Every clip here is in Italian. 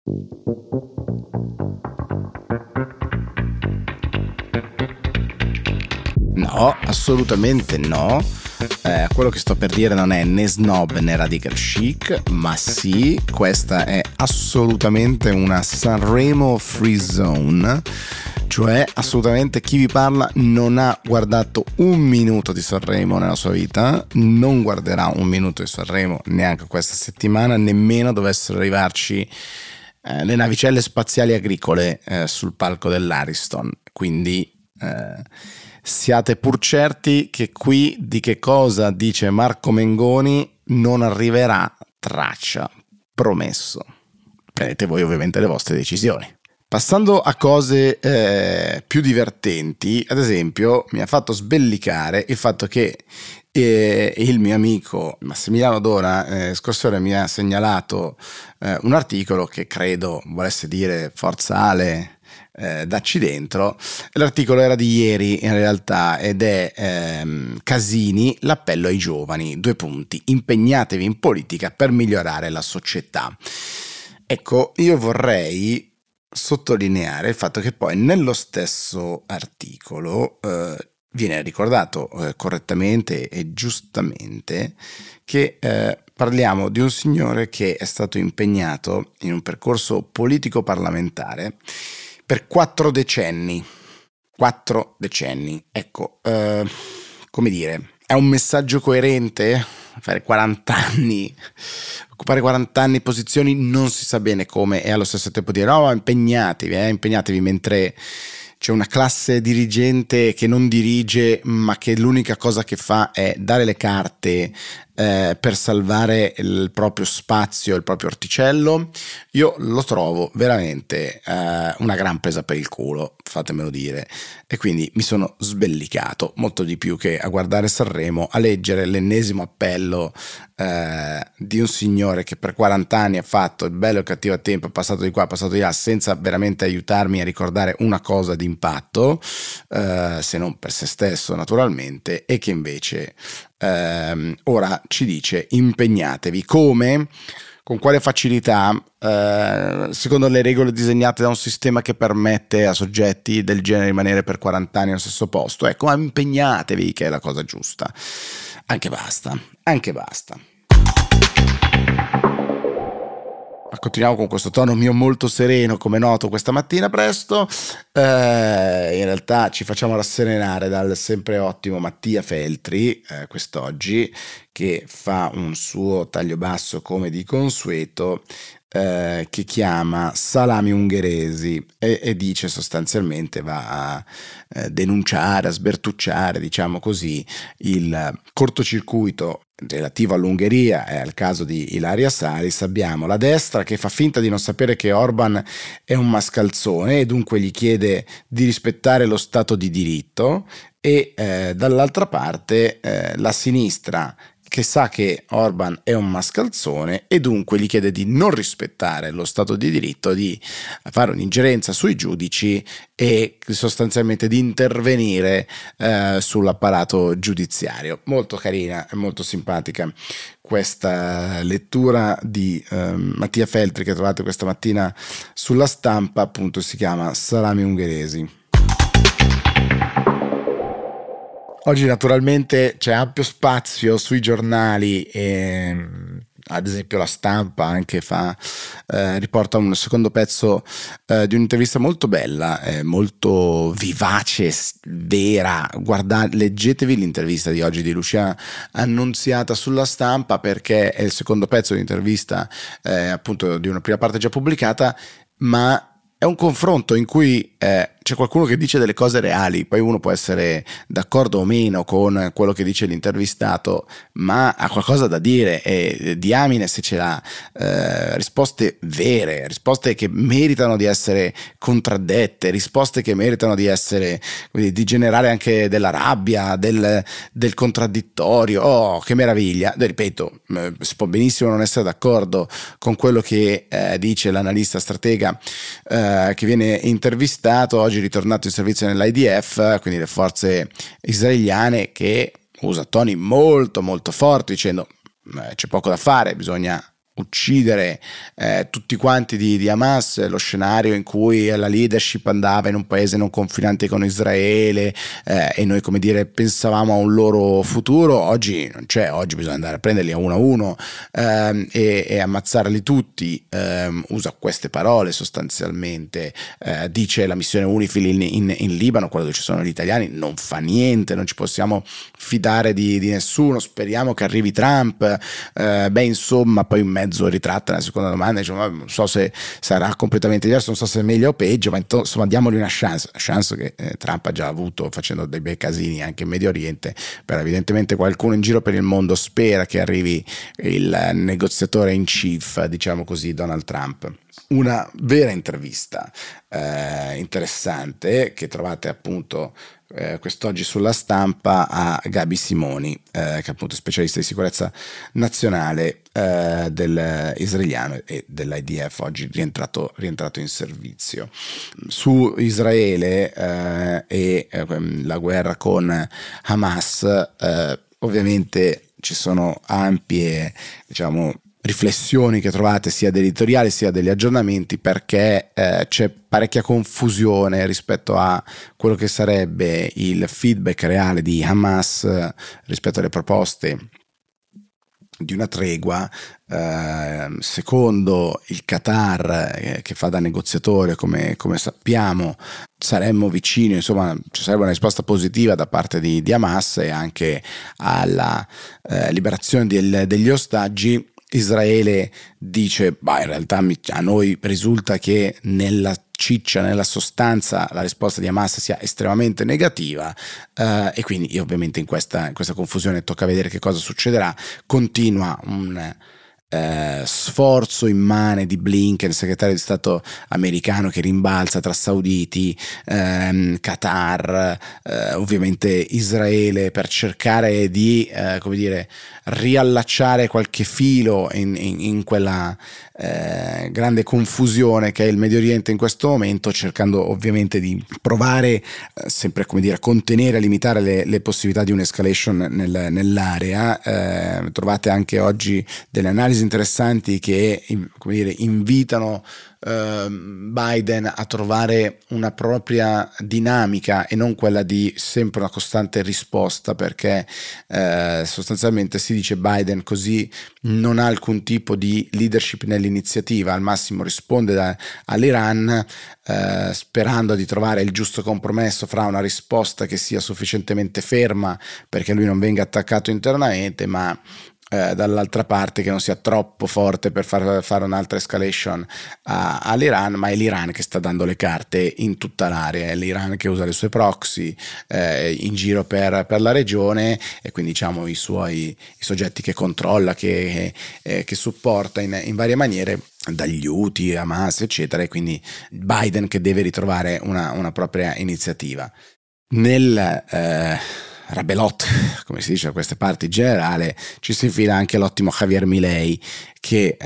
No, assolutamente no. Quello che sto per dire non è né snob né radical chic, ma sì, questa è assolutamente una Sanremo free zone. Cioè, assolutamente chi vi parla non ha guardato un minuto di Sanremo nella sua vita, non guarderà un minuto di Sanremo neanche questa settimana, nemmeno dovessero arrivarci le navicelle spaziali agricole sul palco dell'Ariston. Quindi siate pur certi che qui di che cosa dice Marco Mengoni non arriverà traccia, promesso. Prendete voi ovviamente le vostre decisioni. Passando a cose più divertenti, ad esempio mi ha fatto sbellicare il fatto che il mio amico Massimiliano Dona scorsa ora mi ha segnalato un articolo che credo volesse dire Forza Ale, dacci dentro. L'articolo era di ieri in realtà ed è Casini, l'appello ai giovani, : impegnatevi in politica per migliorare la società. Ecco, io vorrei sottolineare il fatto che poi nello stesso articolo viene ricordato correttamente e giustamente che parliamo di un signore che è stato impegnato in un percorso politico-parlamentare per 4 decenni. 4 decenni. Ecco, come dire, è un messaggio coerente? Fare 40 anni, occupare 40 anni posizioni non si sa bene come, e allo stesso tempo dire no, impegnatevi, mentre c'è una classe dirigente che non dirige, ma che l'unica cosa che fa è dare le carte per salvare il proprio spazio, il proprio orticello. Io lo trovo veramente una gran presa per il culo, fatemelo dire, e quindi mi sono sbellicato molto di più che a guardare Sanremo, a leggere l'ennesimo appello di un signore che per 40 anni ha fatto il bello e il cattivo a tempo, è passato di qua, è passato di là, senza veramente aiutarmi a ricordare una cosa di impatto, se non per se stesso naturalmente, e che invece ora ci dice impegnatevi. Come? Con quale facilità? Secondo le regole disegnate da un sistema che permette a soggetti del genere di rimanere per 40 anni allo stesso posto. Ecco, impegnatevi, che è la cosa giusta. Anche basta. Ma continuiamo con questo tono mio molto sereno, come noto questa mattina presto. In realtà ci facciamo rasserenare dal sempre ottimo Mattia Feltri quest'oggi, che fa un suo taglio basso come di consueto, che chiama Salami Ungheresi e dice sostanzialmente, va a denunciare, a sbertucciare, diciamo così, il cortocircuito relativo all'Ungheria e al caso di Ilaria Salis. Abbiamo la destra che fa finta di non sapere che Orban è un mascalzone e dunque gli chiede di rispettare lo Stato di diritto, e dall'altra parte la sinistra che sa che Orban è un mascalzone e dunque gli chiede di non rispettare lo Stato di diritto, di fare un'ingerenza sui giudici e sostanzialmente di intervenire sull'apparato giudiziario. Molto carina e molto simpatica questa lettura di Mattia Feltri, che trovate questa mattina sulla Stampa, appunto si chiama Salami Ungheresi. Oggi naturalmente c'è ampio spazio sui giornali, ad esempio la Stampa anche riporta un secondo pezzo di un'intervista molto bella, molto vivace, vera. Leggetevi l'intervista di oggi di Lucia Annunziata sulla Stampa, perché è il secondo pezzo di un'intervista appunto di una prima parte già pubblicata, ma è un confronto in cui c'è qualcuno che dice delle cose reali, poi uno può essere d'accordo o meno con quello che dice l'intervistato, ma ha qualcosa da dire e diamine se ce l'ha, risposte vere, risposte che meritano di essere contraddette, risposte che meritano di essere, di generare anche della rabbia, del contraddittorio. Oh, che meraviglia! Ripeto, si può benissimo non essere d'accordo con quello che dice l'analista stratega che viene intervistato, oggi ritornato in servizio nell'IDF, quindi le forze israeliane, che usa toni molto molto forti dicendo c'è poco da fare, bisogna uccidere tutti quanti di Hamas, lo scenario in cui la leadership andava in un paese non confinante con Israele e noi, come dire, pensavamo a un loro futuro. Oggi non c'è, oggi bisogna andare a prenderli a uno e ammazzarli tutti. Usa queste parole sostanzialmente, dice la missione UNIFIL in Libano, quello dove ci sono gli italiani, non fa niente, non ci possiamo fidare di nessuno, speriamo che arrivi Trump. Insomma, poi in mezzo ritratta la seconda domanda, dice, non so se sarà completamente diverso, non so se è meglio o peggio, ma insomma diamogli una chance che Trump ha già avuto facendo dei bei casini anche in Medio Oriente, però evidentemente qualcuno in giro per il mondo spera che arrivi il negoziatore in chief, diciamo così, Donald Trump. Una vera intervista interessante che trovate appunto quest'oggi sulla Stampa a Gabi Simoni, che è appunto specialista di sicurezza nazionale dell'israeliano e dell'IDF, oggi rientrato in servizio. Su Israele e la guerra con Hamas, ovviamente ci sono ampie, diciamo, riflessioni che trovate sia dell'editoriale sia degli aggiornamenti, perché c'è parecchia confusione rispetto a quello che sarebbe il feedback reale di Hamas rispetto alle proposte di una tregua. Secondo il Qatar, che fa da negoziatore, come sappiamo, saremmo vicini, insomma ci sarebbe una risposta positiva da parte di Hamas e anche alla liberazione degli ostaggi. Israele dice, in realtà a noi risulta che nella ciccia, nella sostanza, la risposta di Hamas sia estremamente negativa, e quindi ovviamente in questa confusione tocca vedere che cosa succederà. Continua un sforzo immane di Blinken, segretario di Stato americano, che rimbalza tra sauditi, Qatar, ovviamente Israele, per cercare di riallacciare qualche filo in quella grande confusione che è il Medio Oriente in questo momento, cercando ovviamente di provare sempre a contenere, a limitare le possibilità di un'escalation nell'area. Trovate anche oggi delle analisi interessanti che invitano Biden a trovare una propria dinamica e non quella di sempre una costante risposta, perché sostanzialmente si dice Biden così non ha alcun tipo di leadership nell'iniziativa, al massimo risponde all'Iran, sperando di trovare il giusto compromesso fra una risposta che sia sufficientemente ferma perché lui non venga attaccato internamente, ma dall'altra parte che non sia troppo forte per fare un'altra escalation all'Iran, ma è l'Iran che sta dando le carte in tutta l'area, è l'Iran che usa le sue proxy in giro per la regione, e quindi diciamo i soggetti che controlla, che supporta in varie maniere, dagli Houthi, Hamas eccetera, e quindi Biden che deve ritrovare una propria iniziativa. Nel rabelot, come si dice a queste parti in generale, ci si infila anche l'ottimo Javier Milei, che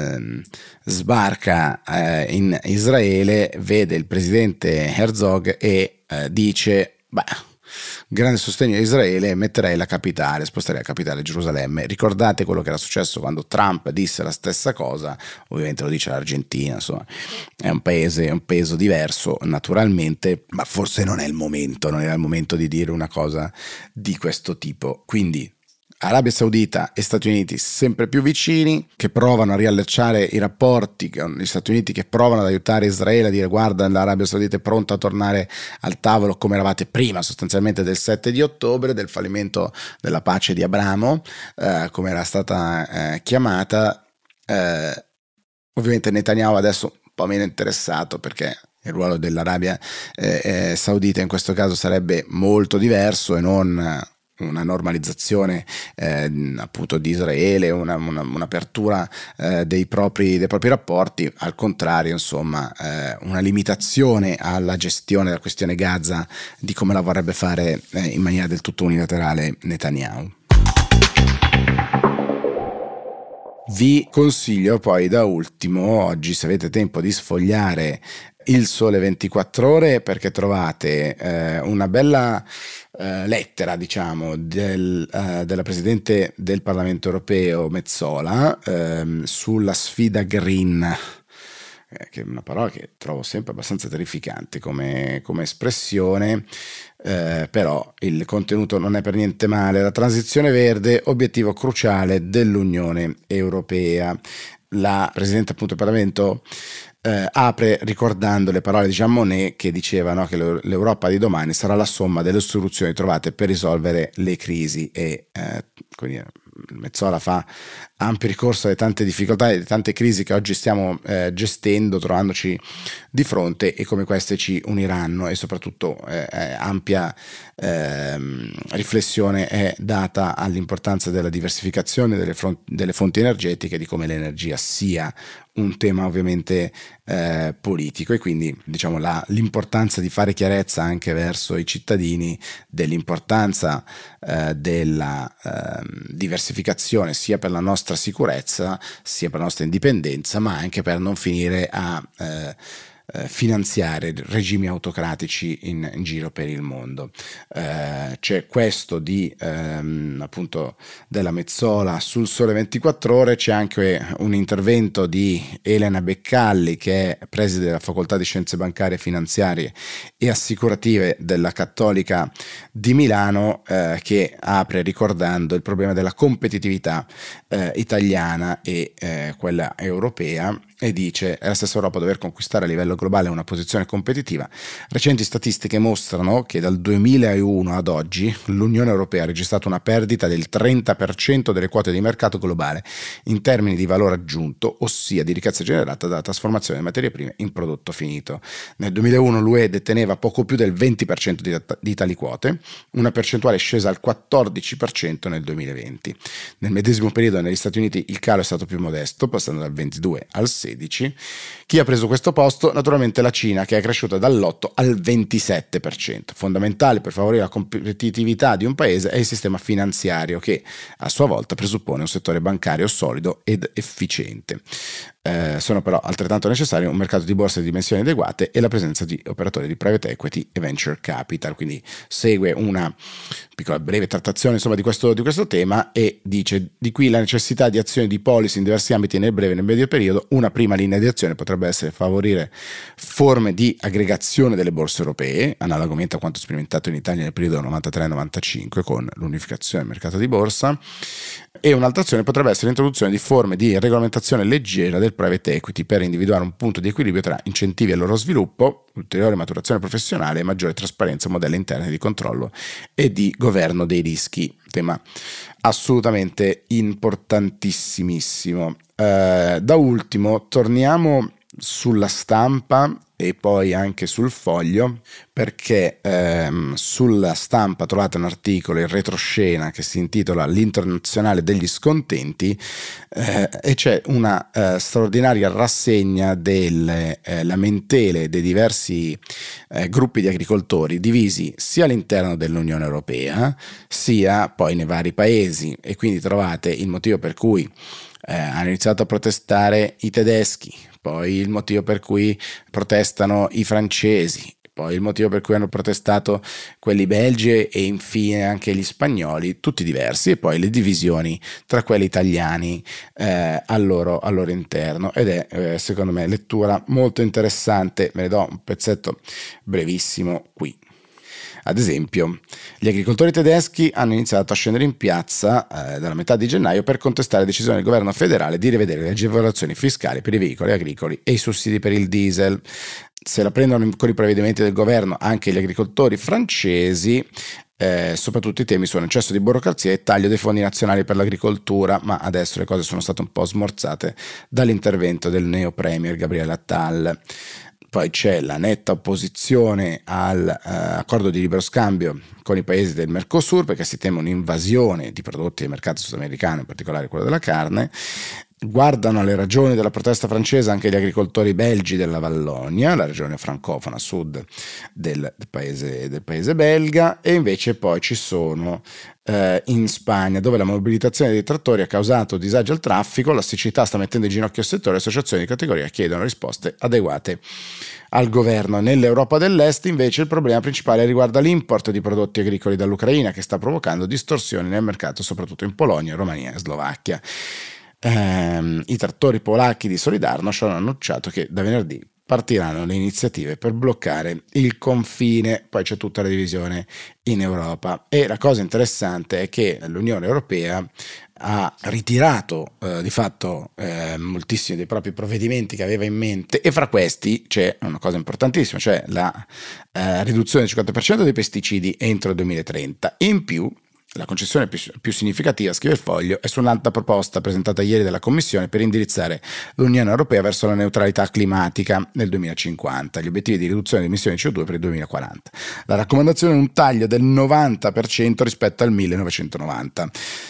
sbarca in Israele, vede il presidente Herzog e dice grande sostegno a Israele, metterei sposterei la capitale a Gerusalemme. Ricordate quello che era successo quando Trump disse la stessa cosa, ovviamente lo dice l'Argentina, insomma è un peso diverso naturalmente, ma forse non era il momento di dire una cosa di questo tipo. Quindi Arabia Saudita e Stati Uniti sempre più vicini, che provano a riallacciare i rapporti con gli Stati Uniti, che provano ad aiutare Israele a dire guarda, l'Arabia Saudita è pronta a tornare al tavolo come eravate prima sostanzialmente del 7 di ottobre, del fallimento della pace di Abramo, come era stata chiamata. Ovviamente Netanyahu adesso un po' meno interessato, perché il ruolo dell'Arabia Saudita in questo caso sarebbe molto diverso e non una normalizzazione appunto di Israele, un'apertura dei propri rapporti, al contrario, insomma una limitazione alla gestione della questione Gaza di come la vorrebbe fare in maniera del tutto unilaterale Netanyahu. Vi consiglio poi da ultimo oggi, se avete tempo, di sfogliare Il Sole 24 Ore, perché trovate una bella lettera, diciamo, della Presidente del Parlamento Europeo Metsola sulla sfida green, che è una parola che trovo sempre abbastanza terrificante come espressione, però il contenuto non è per niente male. La transizione verde, obiettivo cruciale dell'Unione Europea. La Presidente appunto del Parlamento apre ricordando le parole di Jean Monnet, che diceva, no, che l'Europa di domani sarà la somma delle soluzioni trovate per risolvere le crisi, e quindi Metsola fa ampio ricorso alle tante difficoltà e alle tante crisi che oggi stiamo gestendo, trovandoci di fronte, e come queste ci uniranno, e soprattutto ampia riflessione è data all'importanza della diversificazione delle fonti energetiche, di come l'energia sia un tema ovviamente politico, e quindi diciamo l'importanza di fare chiarezza anche verso i cittadini dell'importanza della diversificazione, sia per la nostra sicurezza sia per la nostra indipendenza, ma anche per non finire a finanziare regimi autocratici in giro per il mondo. C'è questo appunto della Metsola sul Sole 24 Ore. C'è anche un intervento di Elena Beccalli, che è preside della Facoltà di Scienze Bancarie, Finanziarie e Assicurative della Cattolica di Milano, che apre ricordando il problema della competitività italiana e quella europea, e dice: è la stessa Europa a dover conquistare a livello globale una posizione competitiva. Recenti statistiche mostrano che dal 2001 ad oggi l'Unione Europea ha registrato una perdita del 30% delle quote di mercato globale in termini di valore aggiunto, ossia di ricchezza generata dalla trasformazione delle materie prime in prodotto finito. Nel 2001 l'UE deteneva poco più del 20% di tali quote, una percentuale scesa al 14% nel 2020. Nel medesimo periodo negli Stati Uniti il calo è stato più modesto, passando dal 22 al 16. Chi ha preso questo posto? Naturalmente la Cina, che è cresciuta dall'8 al 27%. Fondamentale per favorire la competitività di un paese è il sistema finanziario, che a sua volta presuppone un settore bancario solido ed efficiente. Sono però altrettanto necessari un mercato di borsa di dimensioni adeguate e la presenza di operatori di private equity e venture capital. Quindi segue una piccola breve trattazione, insomma, di questo tema, e dice: di qui la necessità di azioni di policy in diversi ambiti nel breve e nel medio periodo. Una prima linea di azione potrebbe essere favorire forme di aggregazione delle borse europee, analogamente a quanto sperimentato in Italia nel periodo 93-95 con l'unificazione del mercato di borsa, e un'altra azione potrebbe essere l'introduzione di forme di regolamentazione leggera del private equity per individuare un punto di equilibrio tra incentivi al loro sviluppo, ulteriore maturazione professionale e maggiore trasparenza, modelli interni di controllo e di governo dei rischi. Tema assolutamente importantissimissimo. Da ultimo torniamo sulla Stampa e poi anche sul Foglio, perché sulla Stampa trovate un articolo in retroscena che si intitola L'internazionale degli scontenti, e c'è una straordinaria rassegna delle lamentele dei diversi gruppi di agricoltori divisi sia all'interno dell'Unione Europea sia poi nei vari paesi, e quindi trovate il motivo per cui hanno iniziato a protestare i tedeschi, poi il motivo per cui protestano i francesi, poi il motivo per cui hanno protestato quelli belgi, e infine anche gli spagnoli, tutti diversi, e poi le divisioni tra quelli italiani al loro interno. Ed è secondo me lettura molto interessante. Me ne do un pezzetto brevissimo qui. Ad esempio, gli agricoltori tedeschi hanno iniziato a scendere in piazza dalla metà di gennaio per contestare la decisione del governo federale di rivedere le agevolazioni fiscali per i veicoli agricoli e i sussidi per il diesel. Se la prendono con i provvedimenti del governo anche gli agricoltori francesi, soprattutto i temi sono eccesso di burocrazia e taglio dei fondi nazionali per l'agricoltura, ma adesso le cose sono state un po' smorzate dall'intervento del neo premier Gabriel Attal. Poi c'è la netta opposizione all'accordo di libero scambio con i paesi del Mercosur, perché si teme un'invasione di prodotti del mercato sudamericano, in particolare quello della carne. Guardano alle ragioni della protesta francese anche gli agricoltori belgi della Vallonia, la regione francofona a sud del paese belga, e invece poi ci sono in Spagna, dove la mobilitazione dei trattori ha causato disagio al traffico, la siccità sta mettendo in ginocchio il settore, le associazioni di categoria chiedono risposte adeguate al governo. Nell'Europa dell'Est invece il problema principale riguarda l'import di prodotti agricoli dall'Ucraina, che sta provocando distorsioni nel mercato soprattutto in Polonia, Romania e Slovacchia. I trattori polacchi di Solidarnosc hanno annunciato che da venerdì partiranno le iniziative per bloccare il confine. Poi c'è tutta la divisione in Europa, e la cosa interessante è che l'Unione Europea ha ritirato di fatto moltissimi dei propri provvedimenti che aveva in mente, e fra questi c'è una cosa importantissima, cioè la riduzione del 50% dei pesticidi entro il 2030. In più, la concessione più significativa, scrive il Foglio, è sull'alta proposta presentata ieri dalla Commissione per indirizzare l'Unione Europea verso la neutralità climatica nel 2050, gli obiettivi di riduzione di emissioni di CO2 per il 2040. La raccomandazione è un taglio del 90% rispetto al 1990.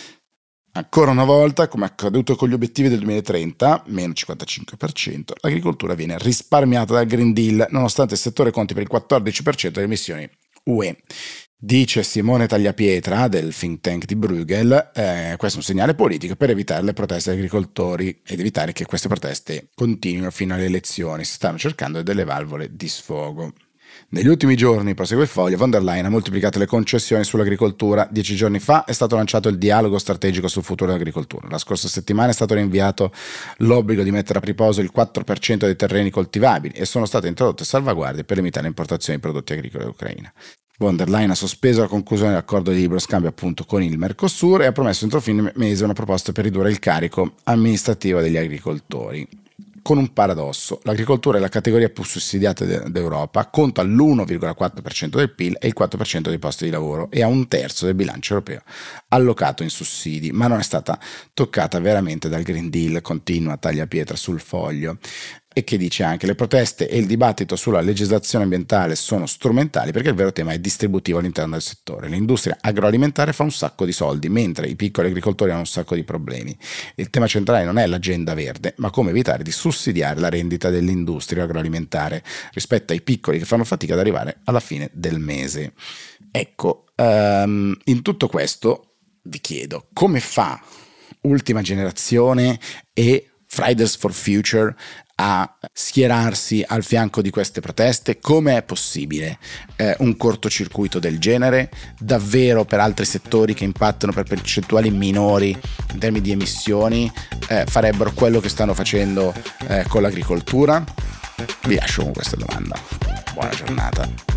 Ancora una volta, come accaduto con gli obiettivi del 2030, meno 55%, l'agricoltura viene risparmiata dal Green Deal, nonostante il settore conti per il 14% delle emissioni UE. Dice Simone Tagliapietra del think tank di Bruegel, questo è un segnale politico per evitare le proteste degli agricoltori ed evitare che queste proteste continuino fino alle elezioni. Si stanno cercando delle valvole di sfogo. Negli ultimi giorni, prosegue il Foglio, von der Leyen ha moltiplicato le concessioni sull'agricoltura. 10 giorni fa è stato lanciato il dialogo strategico sul futuro dell'agricoltura. La scorsa settimana è stato rinviato l'obbligo di mettere a riposo il 4% dei terreni coltivabili e sono state introdotte salvaguardie per limitare le importazioni di prodotti agricoli dall'Ucraina. Von der Leyen ha sospeso la conclusione dell'accordo di libero scambio appunto con il Mercosur e ha promesso entro fine mese una proposta per ridurre il carico amministrativo degli agricoltori. Con un paradosso: l'agricoltura è la categoria più sussidiata d'Europa, conta l'1,4% del PIL e il 4% dei posti di lavoro e ha un terzo del bilancio europeo allocato in sussidi, ma non è stata toccata veramente dal Green Deal, continua Tagliapietra sul Foglio. E che dice anche: le proteste e il dibattito sulla legislazione ambientale sono strumentali perché il vero tema è distributivo all'interno del settore. L'industria agroalimentare fa un sacco di soldi, mentre i piccoli agricoltori hanno un sacco di problemi. Il tema centrale non è l'agenda verde, ma come evitare di sussidiare la rendita dell'industria agroalimentare rispetto ai piccoli che fanno fatica ad arrivare alla fine del mese. Ecco, in tutto questo vi chiedo: come fa Ultima Generazione e Fridays for Future a schierarsi al fianco di queste proteste? Come è possibile un cortocircuito del genere? Davvero per altri settori che impattano per percentuali minori in termini di emissioni farebbero quello che stanno facendo con l'agricoltura? Vi lascio con questa domanda. Buona giornata.